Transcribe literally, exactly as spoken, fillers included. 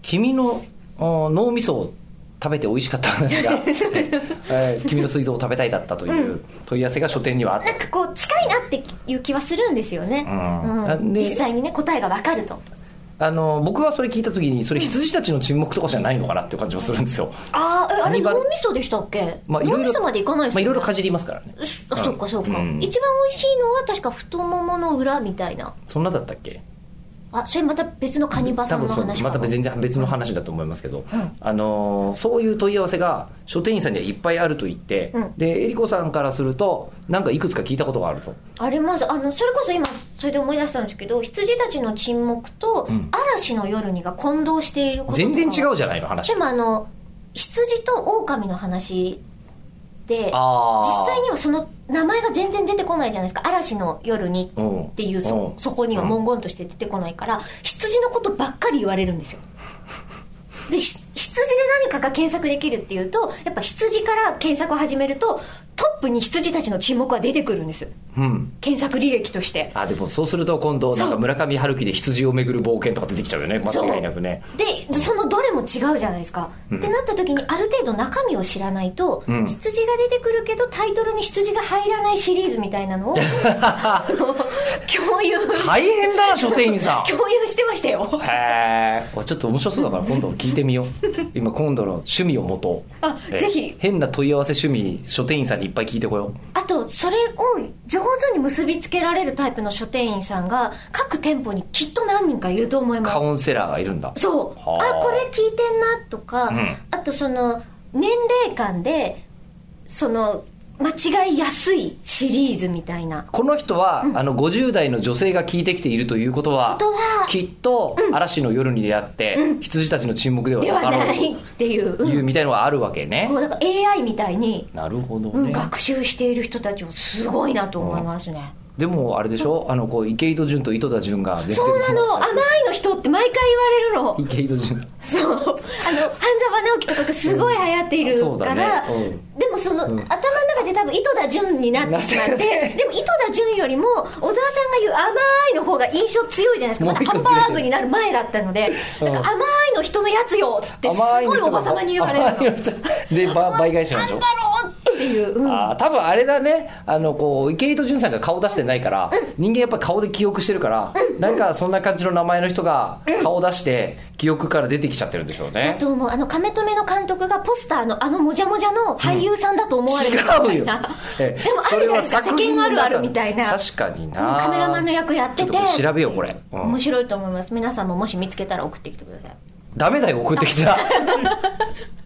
君の脳みそを食べて美味しかった話が、えー、君の膵臓を食べたいだったという問い合わせが書店にはあった。 なんかこう近いなっていう気はするんですよね、うんうん、実際にね答えが分かると。 あの僕はそれ聞いた時にそれ羊たちの沈黙とかじゃないのかなっていう感じもするんですよ。 ああ、あれ脳みそでしたっけ、まあ、脳みそまでいかないですよね。 まあ、いろいろかじりますからね。 あ、そうかそうか、うん、一番美味しいのは確か太ももの裏みたいな。 そんなだったっけ。 あ、それまた別のカニバさんの話かまた全然別の話だと思いますけど、うん、あのー、そういう問い合わせが書店員さんにはいっぱいあると言って、うん、でえりこさんからするとなんかいくつか聞いたことがあると。 あります。あのそれこそ今それで思い出したんですけど、羊たちの沈黙と嵐の夜にが混同していることとか、 うん、全然違うじゃないの話。 でもあの羊と狼の話で、実際にはその名前が全然出てこないじゃないですか。嵐の夜にっていう そ, そこには文言として出てこないから、羊のことばっかり言われるんですよ。で羊で何かが検索できるっていうと、やっぱ羊から検索を始めるとトップに羊たちの沈黙は出てくるんです、うん、検索履歴として。 あ、でもそうすると今度なんか村上春樹で羊をめぐる冒険とか出てきちゃうよね、間違いなくね。 でそのどれも違うじゃないですか、うん、ってなった時にある程度中身を知らないと、うん、羊が出てくるけどタイトルに羊が入らないシリーズみたいなのを共有大変だな書店員さん共有してましたよ。 へえ、ちょっと面白そうだから今度聞いてみよう今今度の趣味を持とう。 あ、ぜひ変な問い合わせ趣味書店員さんにいっぱい聞いてこよう。 あとそれを上手に結びつけられるタイプの書店員さんが各店舗にきっと何人かいると思います。 カウンセラーがいるんだ。 そう、あ、これ聞いてんなとか、うん、あとその年齢間でその間違いやすいシリーズみたいな。 この人は、うん、あのごじゅう代の女性が聞いてきているということは、ことはきっと、うん、嵐の夜に出会って、うん、羊たちの沈黙ではなかろうないっていう、うん、 いうみたいのがあるわけね。 こうだから エーアイ みたいになるほど、ね、 うん、学習している人たちをすごいなと思いますね、 うん。でもあれでしょ、あのこう池井戸潤と井戸田潤が全然そうなの、甘いの人って毎回言われるの。 池井戸潤そう、あの半沢直樹とかがすごい流行っているから、うんね、うん、でもその、うん、頭の中で多分井戸田潤になってしまってでも井戸田潤よりも小沢さんが言う甘いの方が印象強いじゃないですか。まだハンバーグになる前だったので、うん、なんか甘いの人のやつよってすごいおばさまに言われるので倍返しなんでしょ。 なんだろうっていう、うん、 あ、多分あれだね、あのこう池井戸潤さんが顔出してないから、うん、人間やっぱ顔で記憶してるから、うん、なんかそんな感じの名前の人が顔出して記憶から出てきちゃってるんでしょうね。 あともうあの亀止めの監督がポスターのあのもじゃもじゃの俳優さんだと思われるみたいな、うん、違うよ、えでもあるじゃないですか、世間あるあるみたいな。 確かにな、 うん、カメラマンの役やってて、ちょっと調べようこれ、うん、 面白いと思います。皆さんももし見つけたら送ってきてください。 ダメだよ送ってきちゃ